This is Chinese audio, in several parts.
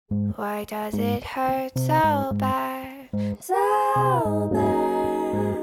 Why does it hurt so bad? So bad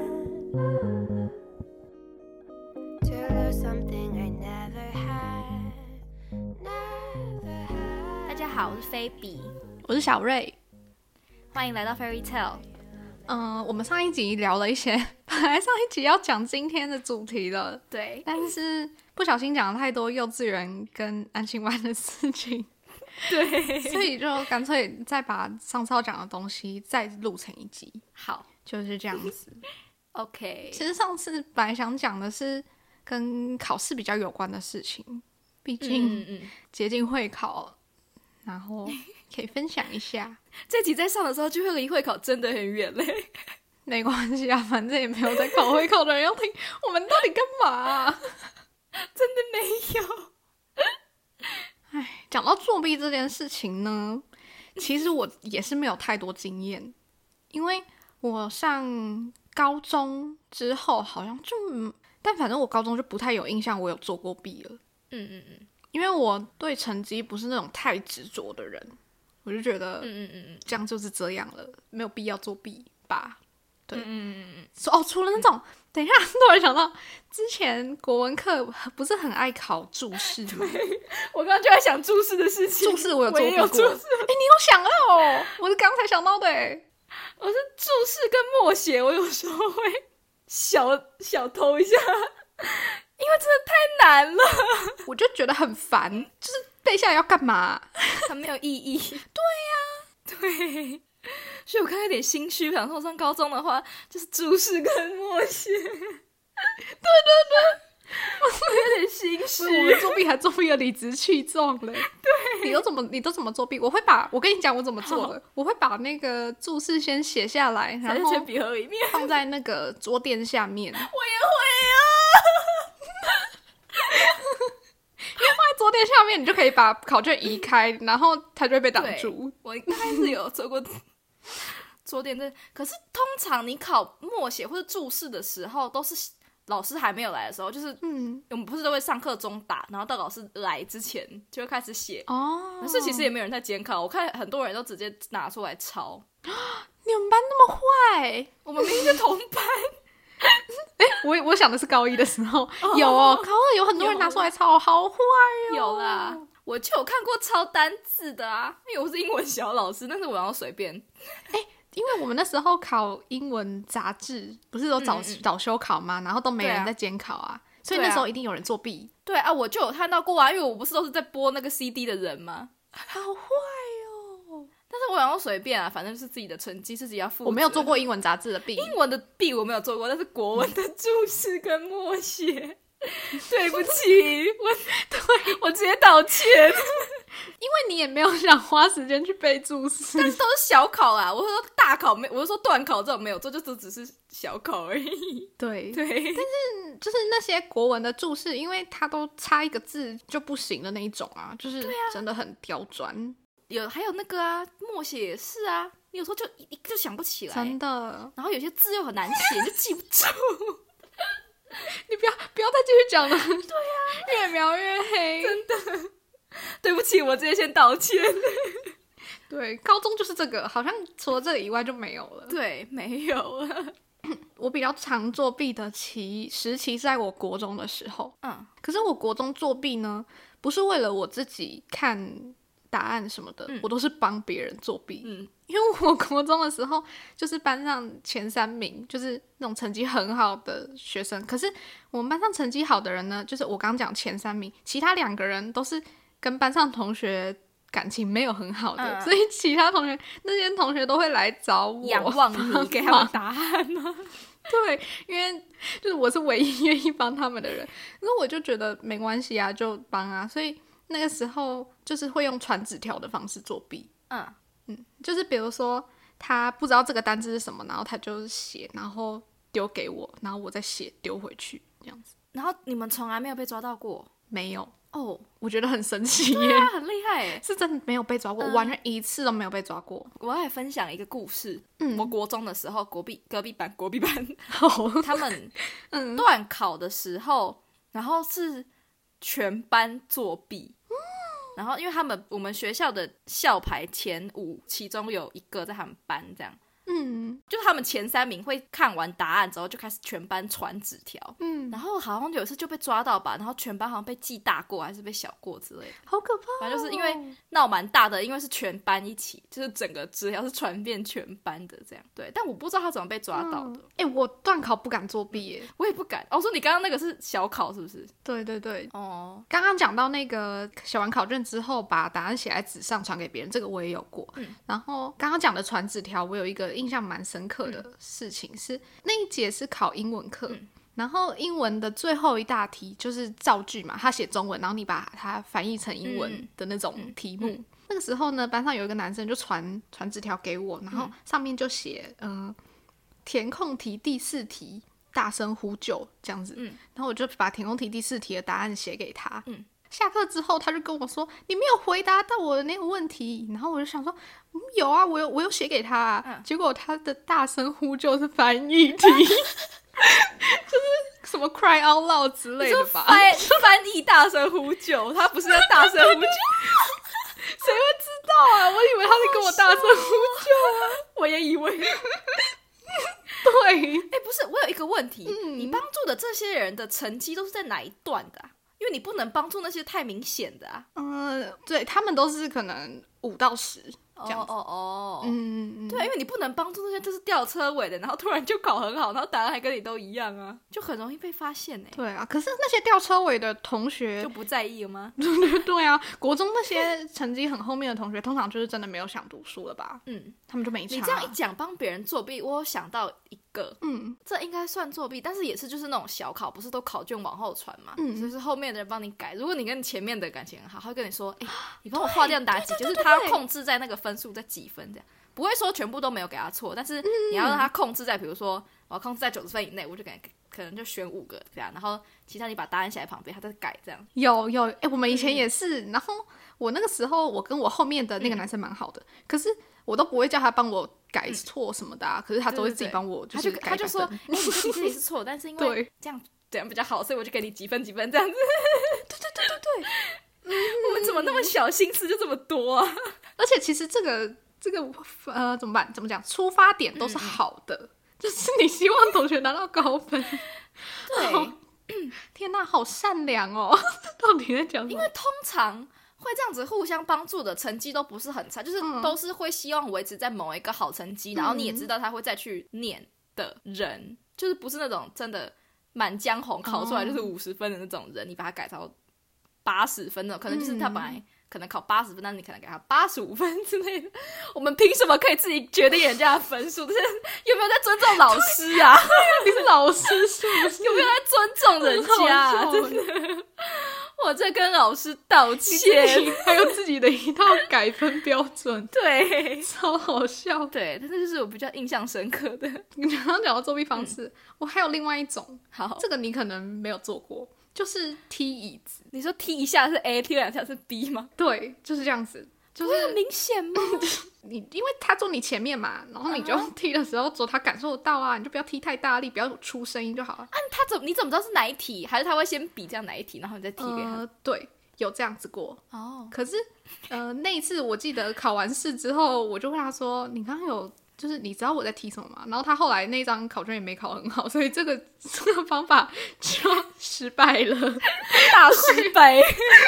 to lose something I never had, never had. 大家好，我是菲比， 我是小瑞。 欢迎来到 Fairy Tale。 我们上一集聊了一些，本来上一集要讲今天的主题了， 对， 但是不小心讲了太多幼稚园跟安亲班的事情， 对， 所以就干脆再把上次要讲的东西再录成一集， 好就是这样子。 ，OK。 其实上次本来想讲的是跟考试比较有关的事情，毕竟接近会考，然后可以分享一下。 这集在上的时候就会离会考真的很远嘞。 没关系啊，反正也没有在考会考的人要听，我们到底干嘛啊？ 真的没有。 唉，讲到作弊这件事情呢，其实我也是没有太多经验，因为我上高中之后好像就，但反正我高中就不太有印象我有做过弊了。因为我对成绩不是那种太执着的人，我就觉得，这样就是这样了，没有必要作弊吧。对，除了那种，等一下，突然想到，之前国文课不是很爱考注释吗？ 我刚刚就在想注释的事情。 注释我有作弊过。 我也有注释。 你有想到哦？我是刚才想到的诶。 我是注释跟默写，我有时候会小偷一下，因为真的太难了， 我就觉得很烦，就是背下来要干嘛？ 很没有意义。对，所以我刚刚有点心虚，想说上高中的话就是注释跟默写。对，我有点心虚。 我们作弊还作弊的理直气壮嘞。对，你都怎么作弊？我跟你讲我怎么做的，我会把那个注释先写下来，然后铅笔盒里面放在那个桌垫下面。 我也会啊。 因为放在桌垫下面，你就可以把考卷移开，然后它就会被挡住。 我大概是有做过桌垫这，可是通常你考默写或者注释的时候，都是老师还没有来的时候，就是我们不是都会上课中打，然后到老师来之前就会开始写哦。可是其实也没有人在监考，我看很多人都直接拿出来抄。 你们班那么坏？ 我们明明是同班。 我想的是高一的时候有哦，高二有很多人拿出来抄，好坏哦。 有啦，我就有看过抄单字的啊，因为我是英文小老师，但是我要随便。 因为我们那时候考英文杂志，不是都早修考吗？然后都没人在监考啊，所以那时候一定有人作弊。 对啊，我就有看到过啊，因为我不是都是在播那个 CD 的人吗？ 好坏哦！ 但是我想要随便啊，反正是自己的成绩自己要负责。 我没有做过英文杂志的弊， 英文的弊我没有做过，但是国文的注释跟默写，对不起，我直接道歉。 因为你也没有想花时间去背注释， 但是都是小考啦。我是说大考没，我是说段考这种没有做，就只是小考而已。 对， 但是就是那些国文的注释，因为它都差一个字就不行的那一种啊，就是真的很刁钻。 还有那个啊，默写也是啊，你有时候就想不起来， 真的。 然后有些字又很难写，你就记不住。 你不要再继续讲了。对啊，越描越黑， 真的。对不起，我直接先道歉。 对，高中就是这个，好像除了这个以外就没有了。 对，没有了。 我比较常作弊的时期是在我国中的时候。可是我国中作弊呢，不是为了我自己看答案什么的，我都是帮别人作弊。因为我国中的时候就是班上前3名，就是那种成绩很好的学生。可是我们班上成绩好的人呢，就是我刚讲前3名，其他2个人都是跟班上同学感情没有很好的，所以其他那些同学都会来找我， 仰望你，给他们答案吗？ 对，因为就是我是唯一愿意帮他们的人，那我就觉得没关系啊，就帮啊。所以那个时候就是会用传纸条的方式作弊。就是比如说他不知道这个单字是什么，然后他就写，然后丢给我，然后我再写丢回去，这样子。 然后你们从来没有被抓到过？ 没有哦， 我觉得很神奇耶。 对啊，很厉害耶， 是真的没有被抓过，我完全一次都没有被抓过。 我要来分享一个故事。我国中的时候，隔壁班他们段考的时候，然后是全班作弊。 然后因为我们学校的校排前5，其中有一个在他们班这样。就他们前3名会看完答案之后就开始全班传纸条，然后好像有一次就被抓到吧，然后全班好像被记大过还是被小过之类的， 好可怕反正就是因为闹蛮大的，因为是全班一起，就是整个纸条是传遍全班的这样。对，但我不知道他怎么被抓到的。 我段考不敢作弊耶， 我也不敢。说你刚刚那个是小考是不是？ 对对对，刚刚讲到那个写完考卷之后把答案写在纸上传给别人，这个我也有过。然后刚刚讲的传纸条，我有一个印象蛮深刻的事情是，那一节是考英文课，然后英文的最后一大题就是造句嘛，他写中文，然后你把它翻译成英文的那种题目。那个时候呢，班上有一个男生就传纸条给我，然后上面就写填空题第4题大声呼救这样子，然后我就把填空题第4题的答案写给他。下课之后他就跟我说你没有回答到我的那个问题，然后我就想说有啊，我有写给他啊。结果他的大声呼救是翻译题就是什么 cry out loud 之类的吧， 翻译大声呼救，他不是在大声呼救谁会知道啊，我以为他在跟我大声呼救啊我也以为对， 不是，我有一个问题，你帮助的这些人的成绩都是在哪一段的啊？因为你不能帮助那些太明显的啊。 对，他们都是可能5到10这样子。 对，因为你不能帮助那些就是吊车尾的，然后突然就考很好，然后答案还跟你都一样啊，就很容易被发现欸。 对啊，可是那些吊车尾的同学就不在意了吗？ 对啊，国中那些成绩很后面的同学通常就是真的没有想读书了吧。他们就没差。 你这样一讲帮别人作弊，我有想到一个，这应该算作弊，但是也是就是那种小考，不是都考卷往后传嘛，就是后面的人帮你改。如果你跟前面的感情很好，他会跟你说你帮我划掉哪几，就是他要控制在那个分数在几分这样，不会说全部都没有给他错，但是你要让他控制在，比如说我要控制在90分以内，我就可能就选5个这样，然后其他你把答案写在旁边，他再改这样。 有我们以前也是，然后我那个时候我跟我后面的那个男生蛮好的，可是我都不会叫他帮我改错什么的可是他都会自己帮我就是改他就说你这里是错，但是因为这样比较好，所以我就给你几分几分这样子。对我们怎么那么小心思就这么多啊？ 而且其实这个怎么办？怎么讲？出发点都是好的，就是你希望同学拿到高分。 对， 天哪，好善良哦！到底在讲什么？ 因为通常会这样子互相帮助的成绩都不是很差，就是都是会希望维持在某一个好成绩，然后你也知道他会再去念的人，就是不是那种真的满江红考出来就是50分的那种人，你把他改到80分的，可能就是他本来可能考80分，但是你可能给他85分之类的。我们凭什么可以自己决定人家的分数？就是有没有在尊重老师啊？ 你是老师是不是？ 有没有在尊重人家真的，我在跟老师道歉。 还有自己的一套改分标准， 对， 超好笑。 对，但是就是我比较印象深刻的。 你刚刚讲到作弊方式，我还有另外一种， 好， 这个你可能没有做过。就是踢椅子， 你说踢一下是 A， 踢2下是 B 吗？ 对，就是这样子。就是会很明显吗？ 因为他坐你前面嘛，然后你就踢的时候，只有他感受得到啊，你就不要踢太大力，不要出声音就好了。 你怎么知道是哪一题？还是他会先比这样哪一题，然后你再踢给他？ 对，有这样子过。可是那一次我记得考完试之后，我就问他说：“你刚刚有就是你知道我在踢什么吗？”然后他后来那张考卷也没考很好，所以这个方法就失败了， 大失败。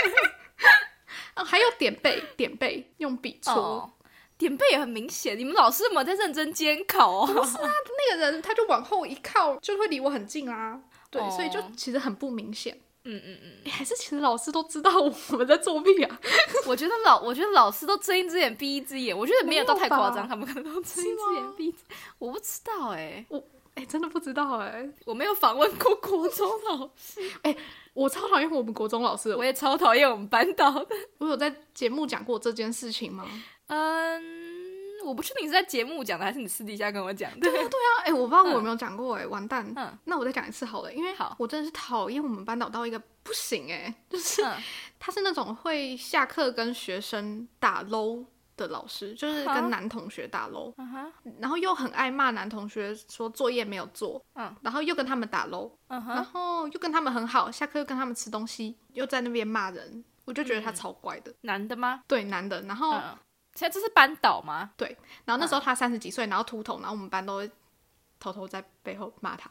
还有点背用笔戳， 点背也很明显。你们老师有没有在认真监考不是啊，那个人他就往后一靠，就会离我很近啊。对，所以就其实很不明显。还是其实老师都知道我们在作弊啊？ 我觉得老师都睁一只眼闭一只眼，我觉得没有到太夸张，他们可能都睁一只眼闭一只眼。我不知道我真的不知道我没有访问过国中老师。 我超讨厌我们国中老师的， 我也超讨厌我们班导的。 我有在节目讲过这件事情吗？ 我不确定你是在节目讲的还是你私底下跟我讲的。 对啊，我不知道我有没有讲过完蛋。那我再讲一次好了，因为我真的是讨厌我们班导到一个不行就是他是那种会下课跟学生打 low 的老师，就是跟男同学打 low，然后又很爱骂男同学说作业没有做，然后又跟他们打 low，然后又跟他们很好，下课又跟他们吃东西，又在那边骂人。 我就觉得他超怪的。 男的吗？ 对，男的。然后、 现在这是班导吗？ 对，然后那时候他30几岁，然后秃头，然后我们班都会偷偷在背后骂他，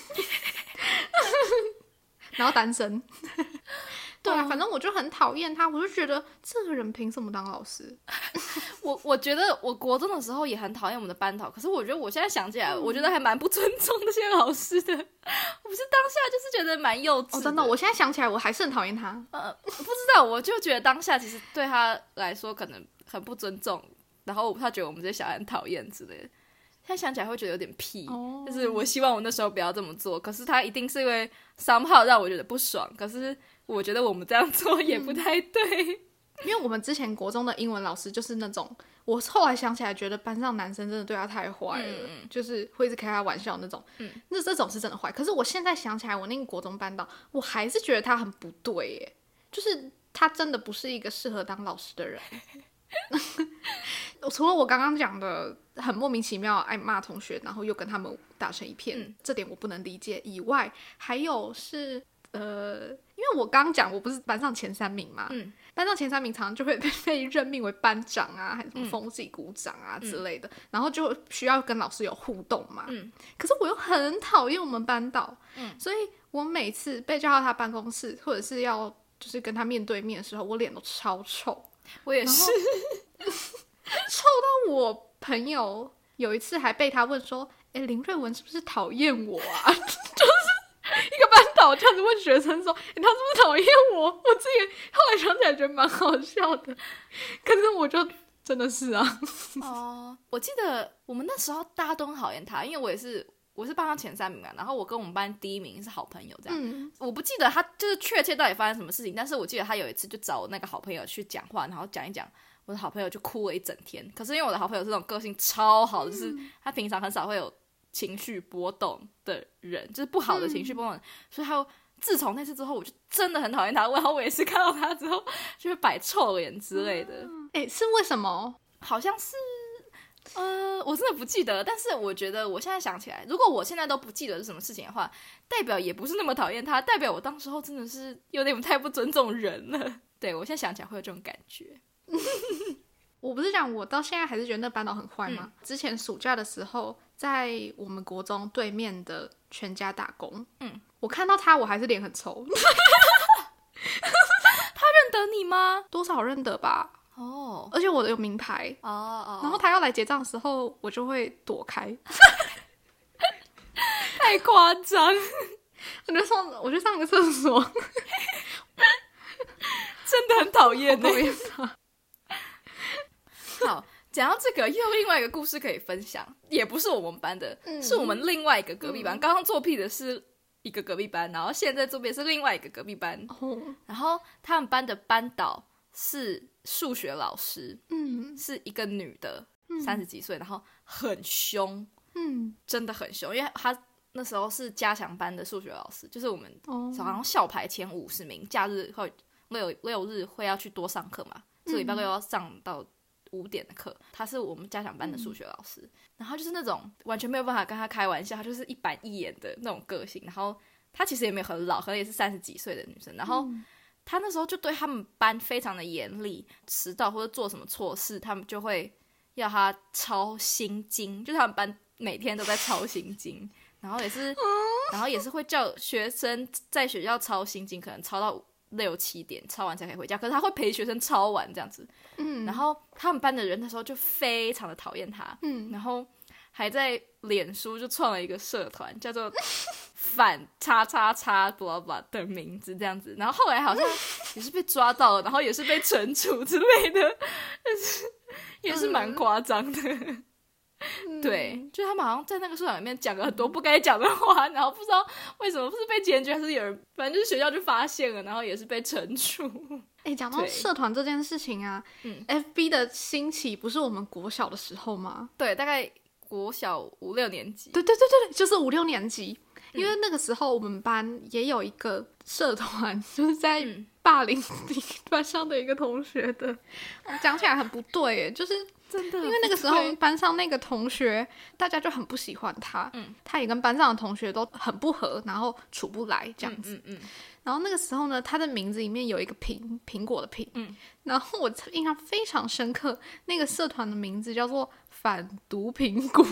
然后单身。对啊，反正我就很讨厌他，我就觉得这个人凭什么当老师？ 我觉得我国中的时候也很讨厌我们的班导，可是我觉得我现在想起来，我觉得还蛮不尊重那些老师的。我不是当下就是觉得蛮幼稚的。 真的，我现在想起来我还是很讨厌他。 不知道，我就觉得当下其实对他来说可能很不尊重，然后他觉得我们这些小孩很讨厌之类的。现在想起来会觉得有点屁，就是我希望我那时候不要这么做，可是他一定是因为 somehow 让我觉得不爽，可是我觉得我们这样做也不太对。 因为我们之前国中的英文老师就是那种，我后来想起来觉得班上男生真的对他太坏了，就是会一直开他玩笑那种，那这种是真的坏。可是我现在想起来，我那个国中班导，我还是觉得他很不对耶，就是他真的不是一个适合当老师的人。除了我刚刚讲的很莫名其妙爱骂同学，然后又跟他们打成一片，这点我不能理解以外，还有是因为我刚刚讲我不是班上前3名嘛，班上前3名常常就会被任命为班长啊，还是什么风纪股长啊之类的，然后就需要跟老师有互动嘛。可是我又很讨厌我们班导，所以我每次被叫到他办公室，或者是要就是跟他面对面的时候，我脸都超臭。 我也是， 臭到我朋友有一次还被他问说：“林瑞文是不是讨厌我啊？”就是一个班导这样子问学生说：“他是不是讨厌我？”我自己后来想起来觉得蛮好笑的，可是我就真的是啊。 我记得我们那时候大家都很讨厌他，因为我是班上前3名嘛，然后我跟我们班第1名是好朋友这样。我不记得他就是确切到底发生什么事情，但是我记得他有一次就找我那个好朋友去讲话，然后讲一讲，我的好朋友就哭了一整天。可是因为我的好朋友是那种个性超好的，就是他平常很少会有情绪波动的人，就是不好的情绪波动，所以他自从那次之后，我就真的很讨厌他。然后我也是看到他之后就会摆臭脸之类的。 是为什么？ 好像是。我真的不记得，但是我觉得我现在想起来，如果我现在都不记得是什么事情的话，代表也不是那么讨厌他，代表我当时候真的是有点太不尊重人了。对，我现在想起来会有这种感觉。 我不是讲我到现在还是觉得那班导很坏吗？之前暑假的时候，在我们国中对面的全家打工，我看到他我还是脸很臭。 他认得你吗？ 多少认得吧。而且我的有名牌然后他要来结账的时候，我就会躲开。 太夸张！ 我就上个厕所， 真的很讨厌讨厌他。 好，讲到这个，又有另外一个故事可以分享，也不是我们班的，是我们另外一个隔壁班。刚刚作弊的是一个隔壁班，然后现在作弊的是另外一个隔壁班。然后他们班的班导是数学老师，是一个女的，30几岁，然后很凶，真的很凶，因为她那时候是加强班的数学老师，就是我们好像校排前50名，假日会六日会要去多上课嘛，这个礼拜六要上到5点的课，他是我们加强班的数学老师，然后就是那种完全没有办法跟他开玩笑，他就是一板一眼的那种个性，然后他其实也没有很老，可能也是30几岁的女生，然后他那时候就对他们班非常的严厉，迟到或者做什么错事，他们就会要他抄心经，就是他们班每天都在抄心经，然后也是会叫学生在学校抄心经，可能抄到6、7点，抄完才可以回家。可是他会陪学生抄完这样子，然后他们班的人那时候就非常的讨厌他，然后还在脸书就创了一个社团，叫做反叉叉叉 blah blah 的名字这样子，然后后来好像也是被抓到了，然后也是被惩处之类的，但是也是蛮夸张的。对，就他们好像在那个社团里面讲了很多不该讲的话，然后不知道为什么不是被检举还是有人，反正就是学校就发现了，然后也是被惩处。 讲到社团这件事情啊，FB 的兴起不是我们国小的时候吗？ 对，大概国小5、6年级。 对，就是5、6年级。因为那个时候我们班也有一个社团，就是在霸凌你班上的一个同学的。讲起来很不对耶，就是真的， 因为那个时候班上那个同学大家就很不喜欢他，他也跟班上的同学都很不合，然后处不来这样子。然后那个时候呢，他的名字里面有一个苹果的苹，然后我印象非常深刻，那个社团的名字叫做反毒苹果，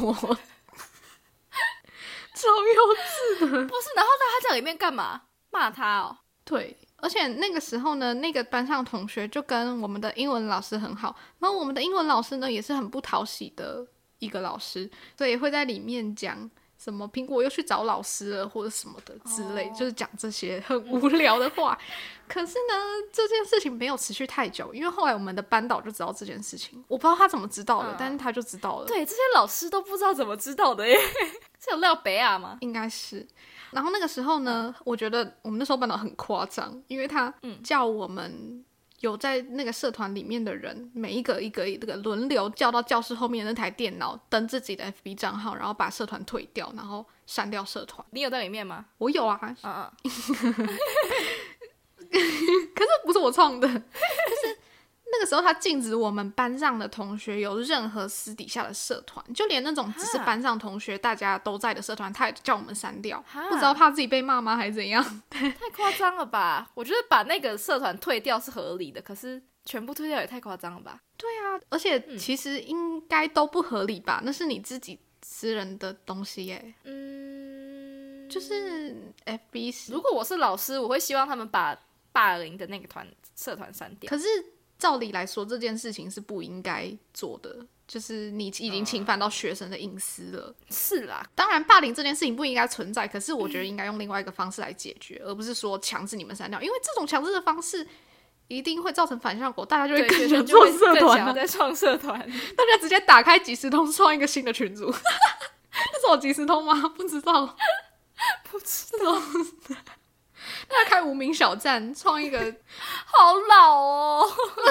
超幼稚的。 不是，然后他在里面干嘛？骂他哦？ 对，而且那个时候呢，那个班上同学就跟我们的英文老师很好，然后我们的英文老师呢也是很不讨喜的一个老师，所以会在里面讲什么苹果又去找老师了或者什么的之类，就是讲这些很无聊的话。可是呢，这件事情没有持续太久，因为后来我们的班导就知道这件事情，我不知道他怎么知道的，但是他就知道了。 对，这些老师都不知道怎么知道的耶，是有廖北亚吗？ 应该是。然后那个时候呢，我觉得我们那时候班导很夸张，因为他叫我们有在那个社团里面的人，每一个轮流叫到教室后面的那台电脑，登自己的 FB 账号，然后把社团退掉，然后删掉社团。 你有在里面吗？ 我有啊，可是不是我创的，就是那个时候他禁止我们班上的同学有任何私底下的社团，就连那种只是班上同学大家都在的社团，他也叫我们删掉，不知道怕自己被骂吗还是怎样？ 太夸张了吧？我觉得把那个社团退掉是合理的，可是全部退掉也太夸张了吧？ 对啊，而且其实应该都不合理吧？那是你自己私人的东西耶。就是 FB。 如果我是老师，我会希望他们把霸凌的那个社团删掉。 可是照理来说，这件事情是不应该做的，就是你已经侵犯到学生的隐私了。 是啦， 当然霸凌这件事情不应该存在，可是我觉得应该用另外一个方式来解决，而不是说强制你们删掉，因为这种强制的方式一定会造成反效果，大家就会更想做社团了， 在创社团， 大家直接打开即时通创一个新的群组。那是我即时通吗？不知道， 不知道。 那开无名小站，创一个， 好老哦。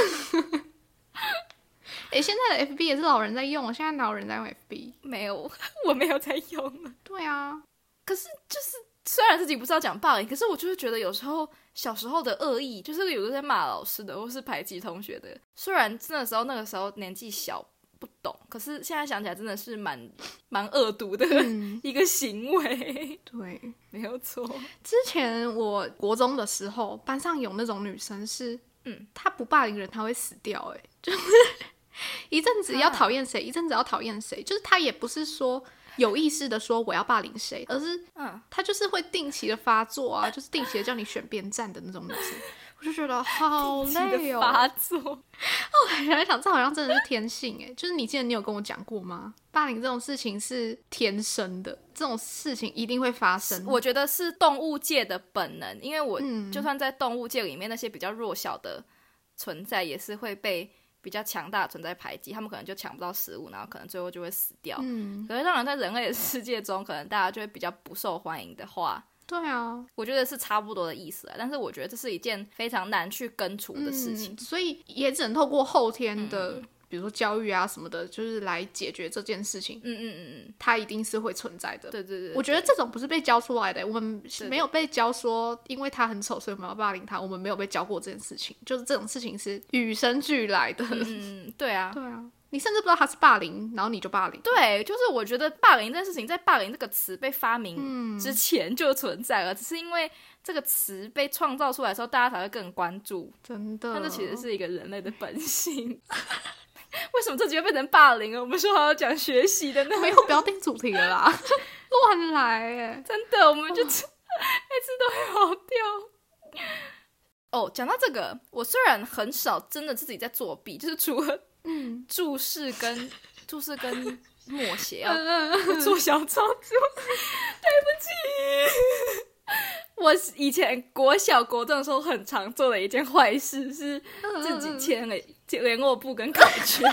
现在的 FB 也是老人在用，现在哪有人在用 FB？ 没有，我没有在用了。 对啊， 可是就是虽然自己不是要讲霸凌，可是我就是觉得有时候小时候的恶意，就是有的在骂老师的，或是排挤同学的。虽然那个时候年纪小不懂，可是现在想起来真的是蛮恶毒的一个行为。 对， 没有错。 之前我国中的时候，班上有那种女生是，她不霸凌人，她会死掉，就是一阵子要讨厌谁，一阵子要讨厌谁，就是她也不是说有意识的说我要霸凌谁，而是她就是会定期的发作啊，就是定期的叫你选边站的那种女生。我就觉得好累哦， 发作。 想一想，这好像真的是天性哎。就是你记得你有跟我讲过吗？霸凌这种事情是天生的，这种事情一定会发生。 我觉得是动物界的本能，因为我就算在动物界里面，那些比较弱小的存在也是会被比较强大的存在排挤，他们可能就抢不到食物，然后可能最后就会死掉。可是当然在人类的世界中，可能大家就会比较不受欢迎的话， 对啊， 我觉得是差不多的意思啦，但是我觉得这是一件非常难去根除的事情， 所以也只能透过后天的比如说教育啊什么的，就是来解决这件事情。它一定是会存在的。 对对对， 我觉得这种不是被教出来的，我们没有被教说因为他很丑所以我们要霸凌他，我们没有被教过这件事情，就是这种事情是与生俱来的。 对啊对啊，你甚至不知道他是霸凌，然后你就霸凌。 对，就是我觉得霸凌这件事情在霸凌这个词被发明之前就存在了，只是因为这个词被创造出来的时候大家才会更关注。 真的， 但这其实是一个人类的本性。为什么这集会变成霸凌了？我们说好要讲学习的呢？ 没有，不要定主题了啦。乱来耶， 真的，我们就每次都会跑掉。哦，讲到这个，我虽然很少真的自己在作弊，就是除了注释跟默写要做小抄之外，对不起。我以前国小国中的时候很常做的一件坏事是自己签了联络簿跟考卷。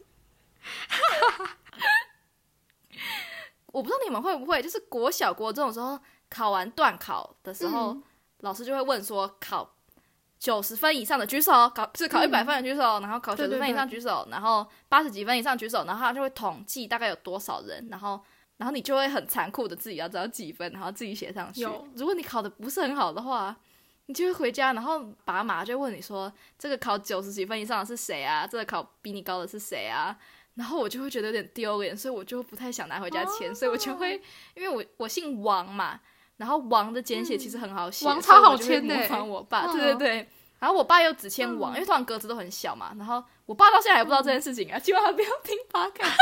我不知道你们会不会，就是国小国中的时候考完段考的时候，老师就会问说考90分以上的举手，考100分的举手，然后考90分以上举手，然后80几分以上举手，然后他就会统计大概有多少人，然后你就会很残酷的自己要知道几分，然后自己写上去。如果你考的不是很好的话， 你就会回家，然后爸妈就问你说这个考90几分以上的是谁啊，这个考比你高的是谁啊，然后我就会觉得有点丢脸，所以我就不太想拿回家签，所以我就会因为我姓王嘛，然后王的简写其实很好写， 王超好签的，模仿我爸，对对对，然后我爸又只签王，因为通常格子都很小嘛，然后我爸到现在还不知道这件事情啊，希望他不要听 podcast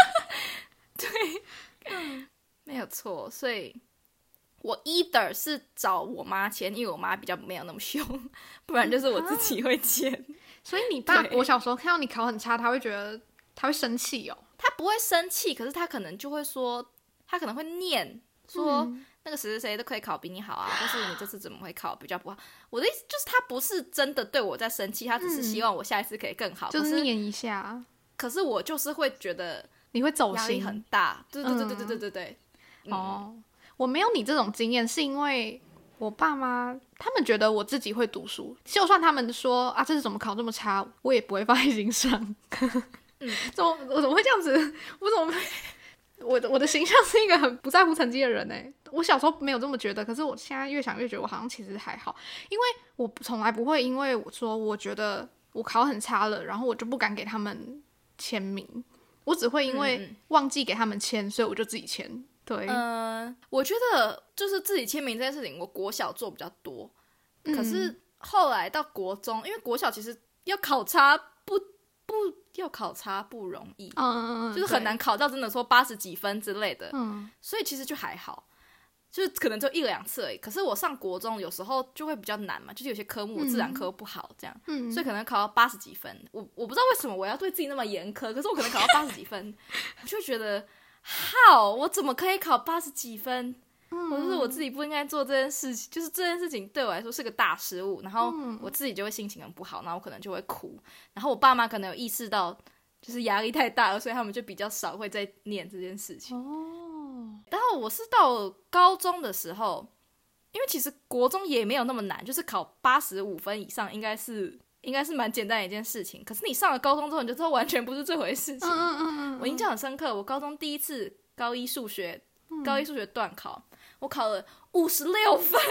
对，没有错，所以我 either 是找我妈签，因为我妈比较没有那么凶，不然就是我自己会签。 所以你爸我小时候看到你考很差，他会觉得他会生气哦？ 他不会生气，可是他可能就会说，他可能会念说、那个谁谁谁都可以考比你好啊，或是你这次怎么会考比较不好？我的意思就是他不是真的对我在生气，他只是希望我下一次可以更好， 就是念一下。 可是我就是会觉得你会走心， 压力很大。对对对对对对对对。 哦，我没有你这种经验，是因为我爸妈他们觉得我自己会读书，就算他们说啊这是怎么考这么差，我也不会放在心上。我怎么会这样子？我的形象是一个很不在乎成绩的人欸。我小时候没有这么觉得，可是我现在越想越觉得我好像其实还好，因为我从来不会因为我说我觉得我考很差了，然后我就不敢给他们签名，我只会因为忘记给他们签，所以我就自己签。对， 我觉得就是自己签名这件事情，我国小做比较多，可是后来到国中，因为国小其实要考差要考差不容易，就是很难考到真的说80几分之类的，所以其实就还好，就是可能就1、2次而已。可是我上国中有时候就会比较难嘛，就是有些科目自然科不好这样，所以可能考到80几分，我不知道为什么我要对自己那么严苛，可是我可能考到80几分，我就觉得我怎么可以考80几分？我就是我自己不应该做这件事情，就是这件事情对我来说是个大失误，然后我自己就会心情很不好，然后我可能就会哭，然后我爸妈可能有意识到就是压力太大了，所以他们就比较少会再念这件事情。然后我是到高中的时候，因为其实国中也没有那么难，就是考85分以上应该是蛮简单的一件事情，可是你上了高中之后你就知道完全不是这回事情。我印象很深刻，我高中第一次高一数学段考，我考了56分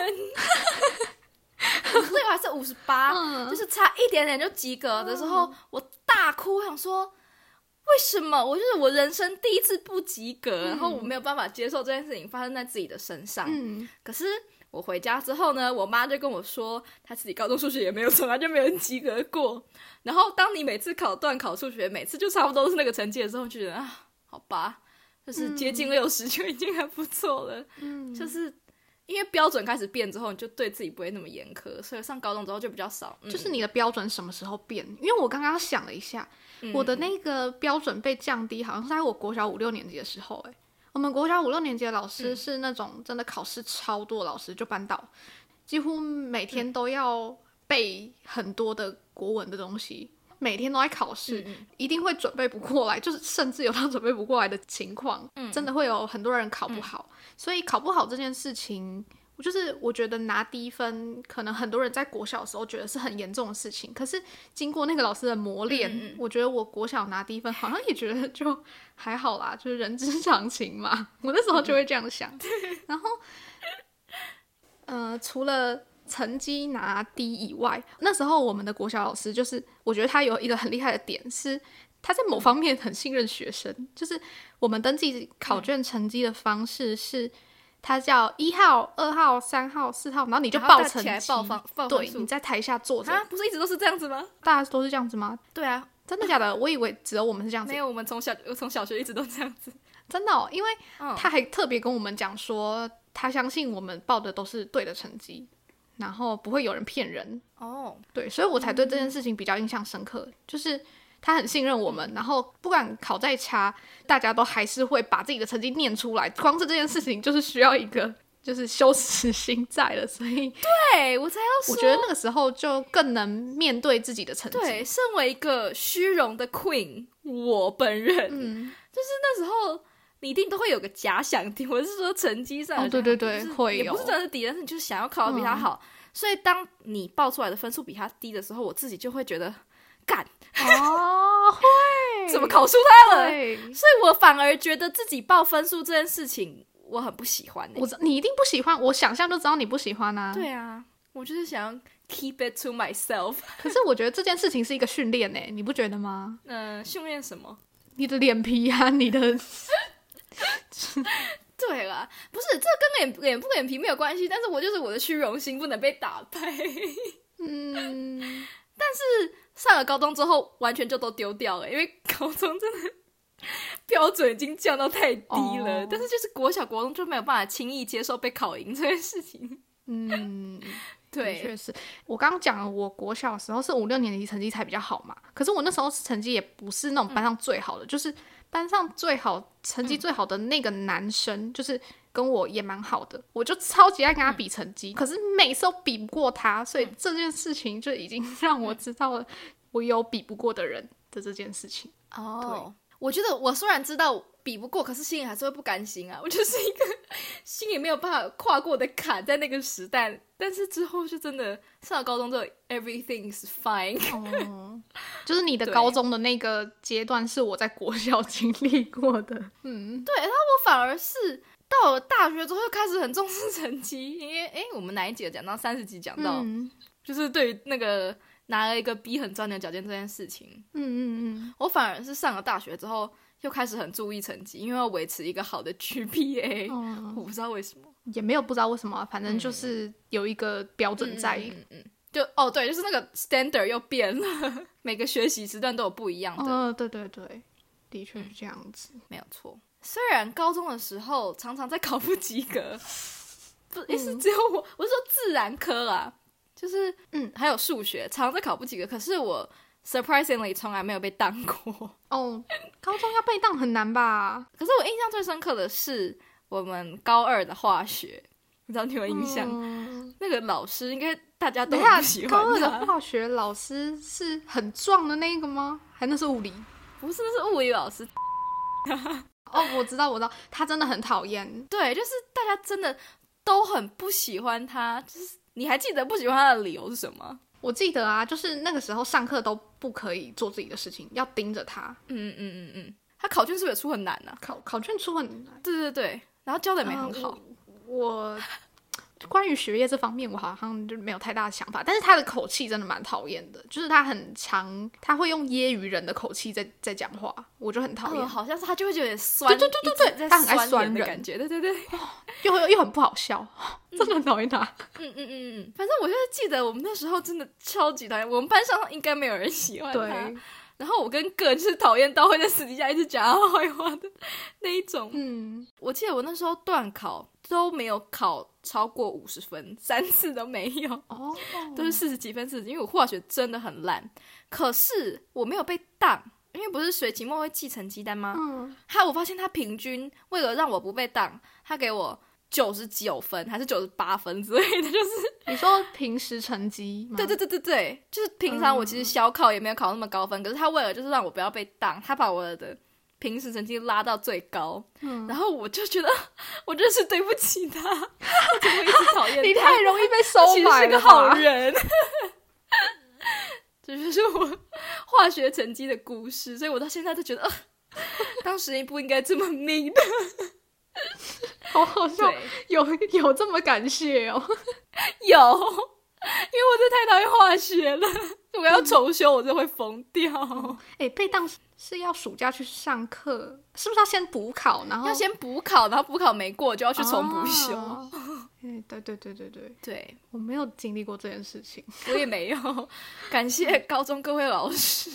56还是58，就是差一点点就及格的时候，我大哭，想说为什么我人生第一次不及格，然后我没有办法接受这件事情发生在自己的身上。可是我回家之后呢，我妈就跟我说她自己高中数学也没有从来就没有人及格过，然后当你每次考段考数学每次就差不多是那个成绩的时候，就觉得好吧，就是接近60就已经很不错了。就是因为标准开始变之后，你就对自己不会那么严苛，所以上高中之后就比较少。 就是你的标准什么时候变？因为我刚刚想了一下，我的那个标准被降低，好像是在我国小5、6年级的时候。我们国小5、6年级的老师是那种真的考试超多，老师就班导，几乎每天都要背很多的国文的东西。每天都在考试，一定会准备不过来，就是甚至有到准备不过来的情况，真的会有很多人考不好。所以考不好这件事情，我觉得拿低分，可能很多人在国小的时候觉得是很严重的事情，可是经过那个老师的磨练，我觉得我国小拿低分好像也觉得就还好啦，就是人之常情嘛。我那时候就会这样想。然后除了成绩拿低以外，那时候我们的国小老师就是我觉得他有一个很厉害的点，是他在某方面很信任学生，就是我们登记考卷成绩的方式是他叫1号、2号、3号、4号，然后你就报成绩，对，你在台下坐着。 不是一直都是这样子吗？ 大家都是这样子吗？ 对啊。 真的假的？我以为只有我们是这样子。 没有，我从小学一直都这样子。 真的因为他还特别跟我们讲说，他相信我们报的都是对的成绩，然后不会有人骗人。对，所以我才对这件事情比较印象深刻，就是他很信任我们，然后不管考再差，大家都还是会把自己的成绩念出来。光是这件事情就是需要一个就是羞耻心在了，所以对我才要说， 我觉得那个时候就更能面对自己的成绩。 对，身为一个虚荣的 queen， 我本人就是那时候你一定都会有个假想敌，我是说成绩上对对对，会有， 也不是真的是敌，但是你就是想要考得比他好，所以当你报出来的分数比他低的时候，我自己就会觉得干会怎么考出他了，所以我反而觉得自己报分数这件事情我很不喜欢。 你一定不喜欢，我想象就知道你不喜欢啊。 对啊，我就是想要 keep it to myself。 可是我觉得这件事情是一个训练欸，你不觉得吗？ 训练什么？ 你的脸皮啊，你的对啦，不是，这跟脸不脸皮没有关系，但是我就是我的虚荣心不能被打败。但是上了高中之后，完全就都丢掉了，因为高中真的标准已经降到太低了。但是就是国小国中就没有办法轻易接受被考赢这件事情。对， 确实，我刚刚讲了，我国小的时候是5、6年级成绩才比较好嘛，可是我那时候成绩也不是那种班上最好的，就是班上成绩最好的那个男生，就是跟我也蛮好的，我就超级爱跟他比成绩，可是每次都比不过他，所以这件事情就已经让我知道了我有比不过的人的这件事情。 对，我觉得我虽然知道比不过，可是心里还是会不甘心啊，我就是一个心里没有办法跨过的坎，在那个时代。但是之后就真的上了高中之后 everything is fine。 就是你的高中的那个阶段是我在国小经历过的。 对，然后我反而是到了大学之后又开始很重视成绩，因为我们哪一集有讲到30集讲到，就是对于那个拿了一个 B 很钻牛角尖这件事情。我反而是上了大学之后又开始很注意成绩，因为要维持一个好的 GPA。我不知道为什么， 也没有不知道为什么，反正就是有一个标准在。 对，就是那个 standard 又变了，每个学习时段都有不一样的。 对，的确是这样子， 没有错。虽然高中的时候常常在考不及格，不是只有我是说自然科啊，就是还有数学常常在考不及格，可是我 surprisingly 从来没有被当过。 高中要被当很难吧？ 可是我印象最深刻的是我们高2的化学，不知道你有印象？那个老师应该大家都很不喜欢他。 高2的化学老师是很壮的那个吗？还那是物理？ 不是，那是物理老师。 我知道，他真的很讨厌。 对，就是大家真的都很不喜欢他。就是你还记得不喜欢他的理由是什么？ 我记得啊，就是那个时候上课都不可以做自己的事情，要盯着他。 他考卷是不是也出很难啊？ 考卷出很难。 对，然后教的也没很好。 我关于学业这方面，我好像就没有太大的想法，但是他的口气真的蛮讨厌的，就是他很常，他会用揶揄人的口气在讲话，我就很讨厌。 好像是他就会有点酸， 对，他很爱酸人的感觉，对， 又很不好笑，真的很讨厌他。 反正我就是记得我们那时候真的超级讨厌，我们班上应该没有人喜欢他。对。然后我跟个人就是讨厌到会在私底下一直讲他坏话的那一种。我记得我那时候段考都没有考超过50分，3次都没有。都是40几分40几，因为我化学真的很烂。可是我没有被当，因为不是学期末会记成绩单吗？我发现他平均为了让我不被当，他给我99分还是98分之类的，就是你说平时成绩吗？ 对，就是平常我其实小考也没有考那么高分，可是他为了就是让我不要被当，他把我的平时成绩拉到最高。然后我就觉得我真是对不起他，我怎么一直讨厌他？ 你太容易被收买了， 其实是个好人。这就是我化学成绩的故事，所以我到现在都觉得当时你不应该这么命的。 好好笑，有这么感谢哦？ 有，因为我真的太讨厌化学了，我要重修我就会疯掉。 被当是要暑假去上课，是不是要先补考？然后要先补考，然后补考没过就要去重补修。 对，我没有经历过这件事情， 我也没有。感谢高中各位老师。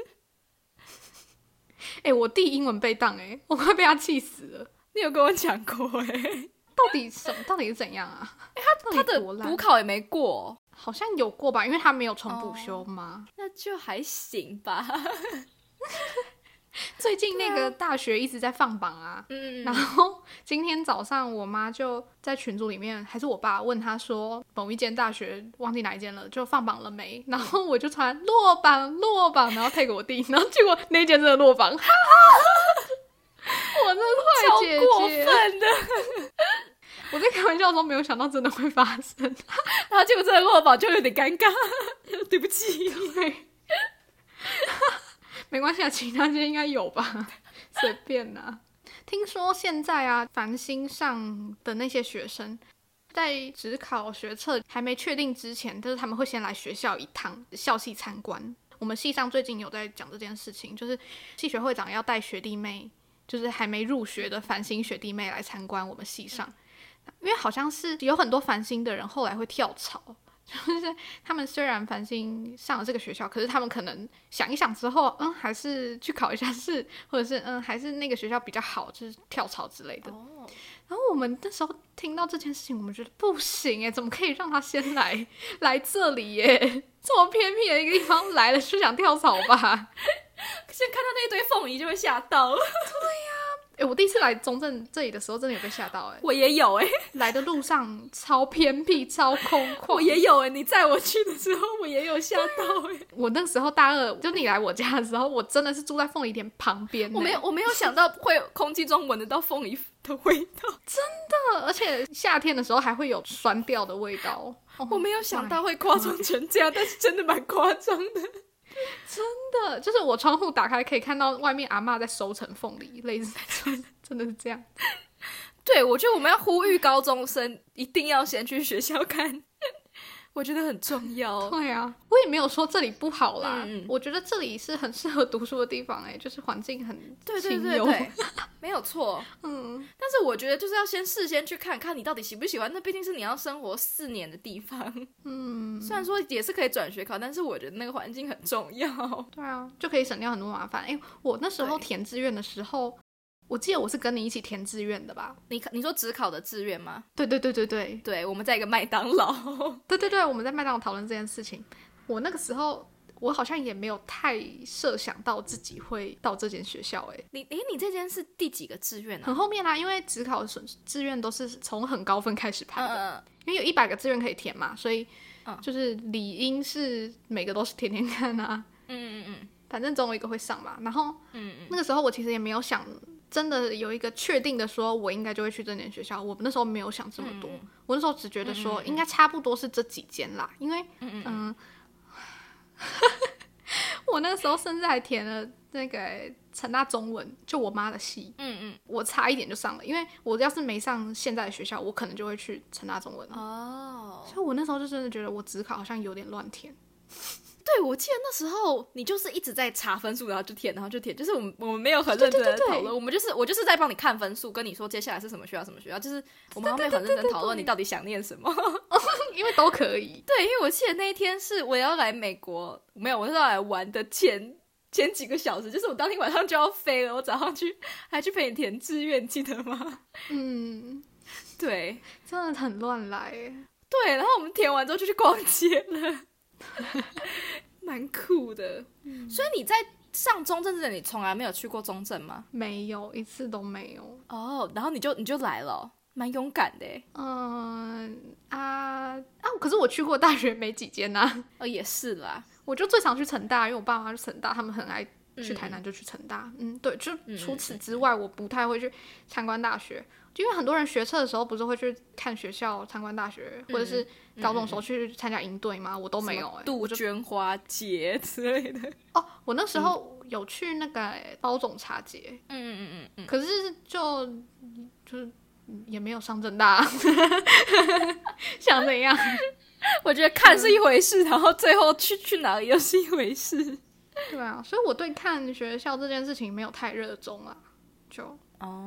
我弟英文被当，我快被他气死了。 你有跟我讲过到底是怎样啊？ 他的补考也没过， 好像有过吧？因为他没有重补修嘛。 那就还行吧。 最近那个大学一直在放榜啊，然后今天早上我妈就在群组里面，还是我爸问他说某一间大学忘记哪一间了，就放榜了没？然后我就传落榜，然后配给我弟，然后结果那间真的落榜。我真的坏姐姐， 超过分的。 我在开玩笑的时候没有想到真的会发生， 然后结果真的落榜就有点尴尬，对不起。 没关系啊，其他间应该有吧，随便啊。听说现在啊，繁星上的那些学生， 在指考学测还没确定之前，就是他们会先来学校一趟校系参观。我们系上最近有在讲这件事情，就是系学会长要带学弟妹，就是还没入学的繁星学弟妹来参观我们系上，因为好像是有很多繁星的人后来会跳槽。就是他们虽然繁星上了这个学校，可是他们可能想一想之后，还是去考一下试，或者是还是那个学校比较好，就是跳槽之类的。然后我们那时候听到这件事情，我们觉得不行耶，怎么可以让他先来这里耶？这么偏僻的一个地方来了就想跳槽吧？ 先看到那一堆凤梨就会吓到。对呀，我第一次来中正这里的时候，真的有被吓到哎。 我也有哎， 来的路上超偏僻、超空旷。 我也有哎，你载我去的时候，我也有吓到哎。 我那时候大二，就你来我家的时候，我真的是住在凤梨田旁边。 我没有想到会空气中闻得到凤梨的味道， 真的，而且夏天的时候还会有酸掉的味道。 我没有想到会夸张成这样，但是真的蛮夸张的。 真的，就是我窗户打开可以看到外面阿嬷在收成凤梨，类似真的是这样。 对，我觉得我们要呼吁高中生一定要先去学校看，我觉得很重要。 对啊，我也没有说这里不好啦，我觉得这里是很适合读书的地方就是环境很清幽。 对，没有错。但是我觉得就是要事先去看看你到底喜不喜欢，那毕竟是你要生活4年的地方。虽然说也是可以转学考，但是我觉得那个环境很重要。 对啊，就可以省掉很多麻烦。我那时候填志愿的时候，我记得我是跟你一起填志愿的吧？ 你说指考的志愿吗？ 对， 对，我们在一个麦当劳。 对，我们在麦当劳讨论这件事情。我那个时候我好像也没有太设想到自己会到这间学校。 你这间是第几个志愿啊？ 很后面啦，因为指考的志愿都是从很高分开始排的。因为有100个志愿可以填嘛，所以就是理应是每个都是填填看啊。反正总有一个会上嘛。然后那个时候我其实也没有想真的有一个确定的说我应该就会去这间学校，我那时候没有想这么多。我那时候只觉得说应该差不多是这几间啦，因为我那时候甚至还填了那个成大中文，就我妈的系。我差一点就上了，因为我要是没上现在的学校，我可能就会去成大中文了。所以我那时候就真的觉得我指考好像有点乱填。 对，我记得那时候你就是一直在查分数，然后就填，就是我们没有很认真的讨论，我就是在帮你看分数，跟你说接下来是什么学校什么学校，就是我们没有很认真讨论你到底想念什么。 因为都可以。 对，因为我记得那一天是我要来美国，没有，我是要来玩的前几个小时，就是我当天晚上就要飞了，我早上还去陪你填志愿，记得吗？对， 真的很乱来。 对，然后我们填完之后就去逛街了。蛮酷的。所以你在上中正之前，你从来没有去过中正吗？ 没有，一次都没有。 然后你就来了，蛮勇敢的。 可是我去过大学没几间啊。 也是啦， 我就最常去成大，因为我爸妈去成大，他们很爱去台南就去成大。对，就除此之外，我不太会去参观大学。因为很多人学测的时候不是会去看学校、参观大学，或者是高中的时候去参加营队吗？我都没有。 杜鹃花节之类的。 我那时候有去那个包种茶节。可是就是也没有上政大。想怎样？ 我觉得看是一回事，然后最后去哪里又是一回事。 对啊，所以我对看学校这件事情没有太热衷啊，就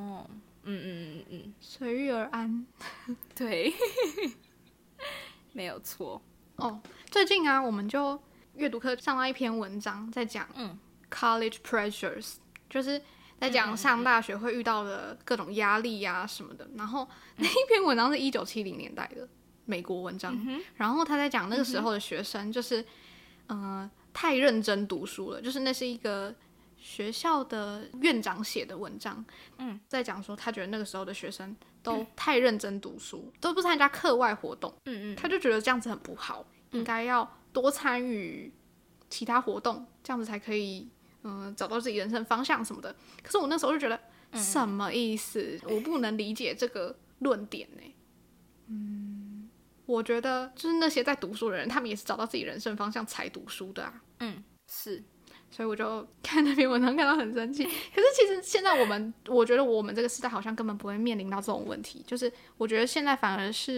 随遇而安。 对。没有错。 最近啊，我们就阅读课上到一篇文章，在讲college pressures，就是在讲上大学会遇到的各种压力啊什么的。然后那一篇文章是1970年代的美国文章，然后他在讲那个时候的学生就是太认真读书了，就是那是一个学校的院长写的文章，在讲说他觉得那个时候的学生都太认真读书，都不参加课外活动，他就觉得这样子很不好，应该要多参与其他活动，这样子才可以找到自己人生方向什么的。可是我那时候就觉得什么意思？我不能理解这个论点呢。我觉得就是那些在读书的人，他们也是找到自己人生方向才读书的啊。 是。 所以我就看那篇文章看到很生气。可是其实现在我觉得我们这个时代好像根本不会面临到这种问题，就是我觉得现在反而是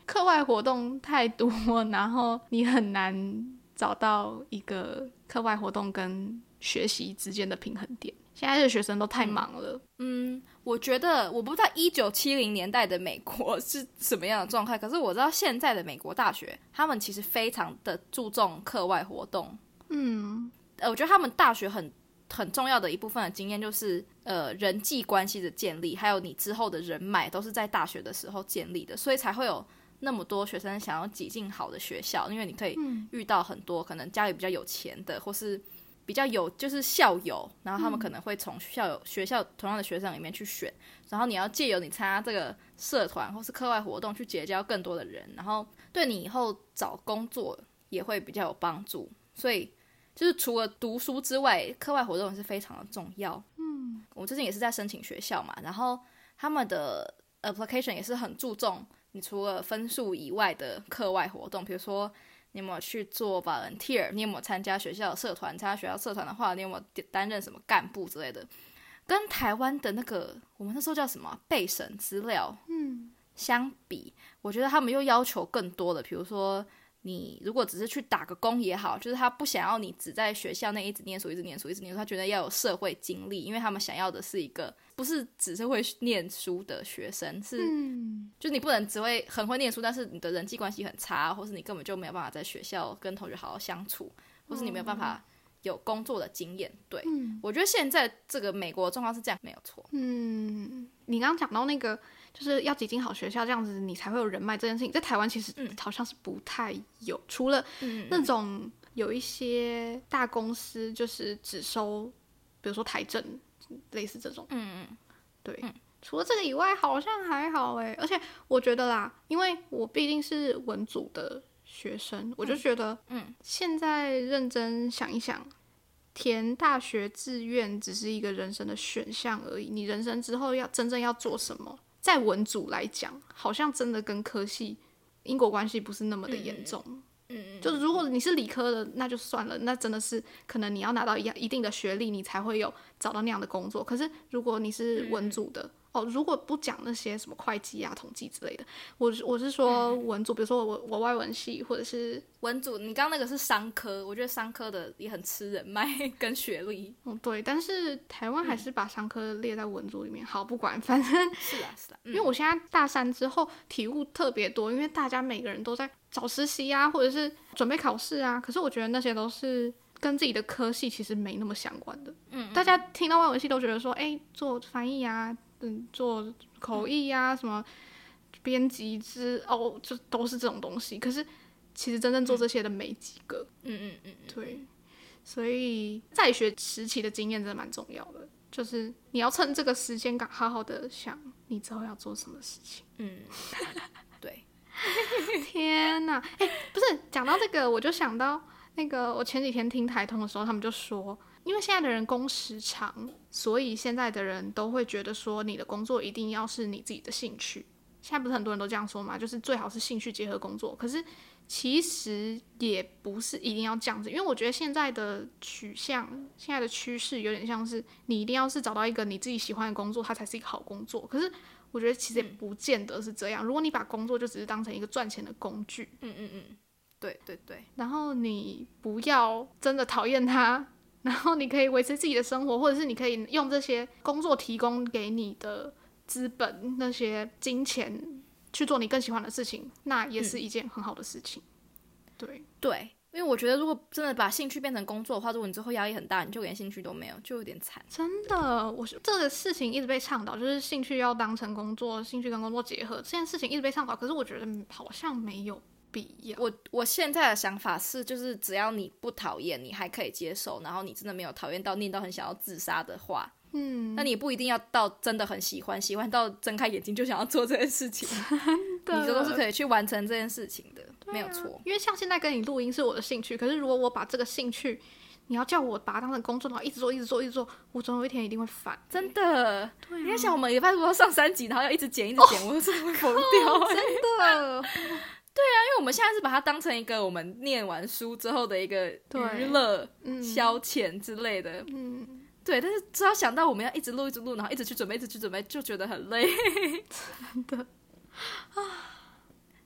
课外活动太多，然后你很难找到一个课外活动跟学习之间的平衡点。现在的学生都太忙了。 我觉得我不知道1970年代的美国是什么样的状态，可是我知道现在的美国大学，他们其实非常的注重课外活动。我觉得他们大学很重要的一部分的经验就是人际关系的建立，还有你之后的人脉都是在大学的时候建立的，所以才会有那么多学生想要挤进好的学校，因为你可以遇到很多可能家里比较有钱的，或是比较有就是校友，然后他们可能会从学校同样的学生里面去选，然后你要借由你参加这个社团或是课外活动去结交更多的人，然后对你以后找工作也会比较有帮助。所以就是除了读书之外，课外活动也是非常的重要。我最近也是在申请学校嘛，然后他们的 application 也是很注重你除了分数以外的课外活动，比如说你有没有去做 volunteer， 你有没有参加学校的社团，参加学校社团的话你有没有担任什么干部之类的，跟台湾的那个我们那时候叫什么备审资料相比，我觉得他们又要求更多的，比如说你如果只是去打个工也好，就是他不想要你只在学校内一直念书，他觉得要有社会经历，因为他们想要的是一个不是只是会念书的学生，是就你不能只会很会念书，但是你的人际关系很差，或是你根本就没有办法在学校跟同学好好相处，或是你没有办法有工作的经验。对，我觉得现在这个美国的状况是这样，没有错。 你刚刚讲到那个就是要挤进好学校，这样子你才会有人脉这件事情，在台湾其实好像是不太有，除了那种有一些大公司就是只收比如说台政类似这种，对，除了这个以外好像还好耶。而且我觉得啦，因为我毕竟是文组的学生，我就觉得现在认真想一想，填大学志愿只是一个人生的选项而已，你人生之后要真正要做什么，在文组来讲好像真的跟科系因果关系不是那么的严重。就是如果你是理科的那就算了，那真的是可能你要拿到一定的学历你才会有找到那样的工作。可是如果你是文组的，如果不讲那些什么会计啊统计之类的，我是说文组，比如说我外文系或者是文组，你刚刚那个是商科，我觉得商科的也很吃人脉跟学历。 对，但是台湾还是把商科列在文组里面。好，不管，反正是啊， 因为我现在大三之后体悟特别多，因为大家每个人都在找实习啊，或者是准备考试啊，可是我觉得那些都是跟自己的科系其实没那么相关的。大家听到外文系都觉得说做翻译啊，做口译啊，什么编辑就都是这种东西，可是其实真正做这些的没几个。对，所以在学时期的经验真的蛮重要的，就是你要趁这个时间感好好的想你之后要做什么事情。 对。 天哪，不是讲到这个我就想到那个我前几天听台通的时候，他们就说因为现在的人工时长，所以现在的人都会觉得说你的工作一定要是你自己的兴趣。现在不是很多人都这样说嘛，就是最好是兴趣结合工作，可是其实也不是一定要这样子。因为我觉得现在的取向，现在的趋势有点像是你一定要是找到一个你自己喜欢的工作，它才是一个好工作。可是我觉得其实也不见得是这样。如果你把工作就只是当成一个赚钱的工具， 对对对， 然后你不要真的讨厌它，然后你可以维持自己的生活，或者是你可以用这些工作提供给你的资本那些金钱去做你更喜欢的事情，那也是一件很好的事情。对， 因为我觉得如果真的把兴趣变成工作的话，如果你之后压力很大，你就连兴趣都没有，就有点惨。 真的，这个事情一直被倡导，就是兴趣要当成工作，兴趣跟工作结合，这件事情一直被倡导，可是我觉得好像没有必要。 我现在的想法是，就是只要你不讨厌，你还可以接受，然后你真的没有讨厌到念到很想要自杀的话，那你也不一定要到真的很喜欢到睁开眼睛就想要做这件事情，你这都是可以去完成这件事情的，没有错。因为像现在跟你录音是我的兴趣，可是如果我把这个兴趣，你要叫我把它当成工作，然后一直做，我总有一天一定会烦。 真的， 对啊， 你在想我们礼拜如果要上3集，然后要一直剪，我真的会疯掉。 真的。 对啊，因为我们现在是把它当成一个我们念完书之后的一个娱乐、消遣之类的。对，但是只要想到我们要一直录，然后一直去准备，就觉得很累。 真的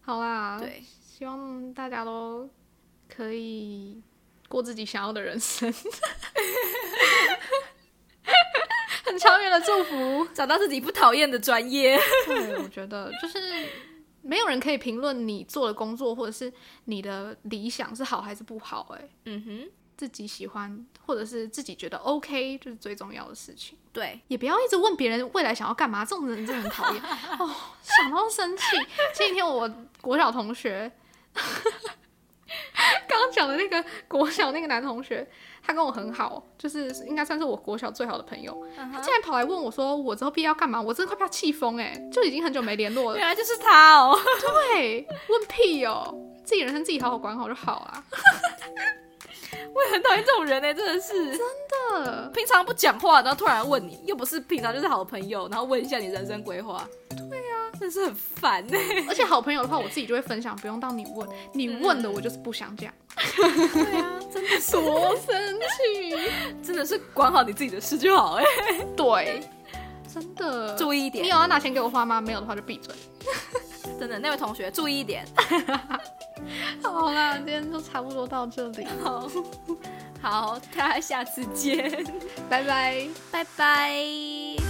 好啦， 对， 希望大家都可以过自己想要的人生。很长远的祝福， 找到自己不讨厌的专业。 对，我觉得就是没有人可以评论你做的工作或者是你的理想是好还是不好。自己喜欢或者是自己觉得 OK 就是最重要的事情。 对， 也不要一直问别人未来想要干嘛，这种人真的很讨厌哦，想到生气。前几天我国小同学刚刚讲的那个国小那个男同学，他跟我很好，就是应该算是我国小最好的朋友。他竟然跑来问我说我之后毕业要干嘛，我真的快被他气疯就已经很久没联络了。 原来就是他哦。 对，问屁哦，自己人生自己好好管好就好啊。 我也很讨厌这种人真的是真的。 平常不讲话，然后突然问你，又不是平常就是好朋友，然后问一下你人生规划。对啊，真是很烦而且好朋友的话，我自己就会分享，不用到你问。你问的我就是不想讲。 对啊，真的是多生气， 真的是管好你自己的事就好。 对，真的注意一点。 你有要拿钱给我花吗？没有的话就闭嘴。 真的，那位同学注意一点。 好啦，今天就差不多到这里。 好，大家下次见， 拜拜， 拜拜。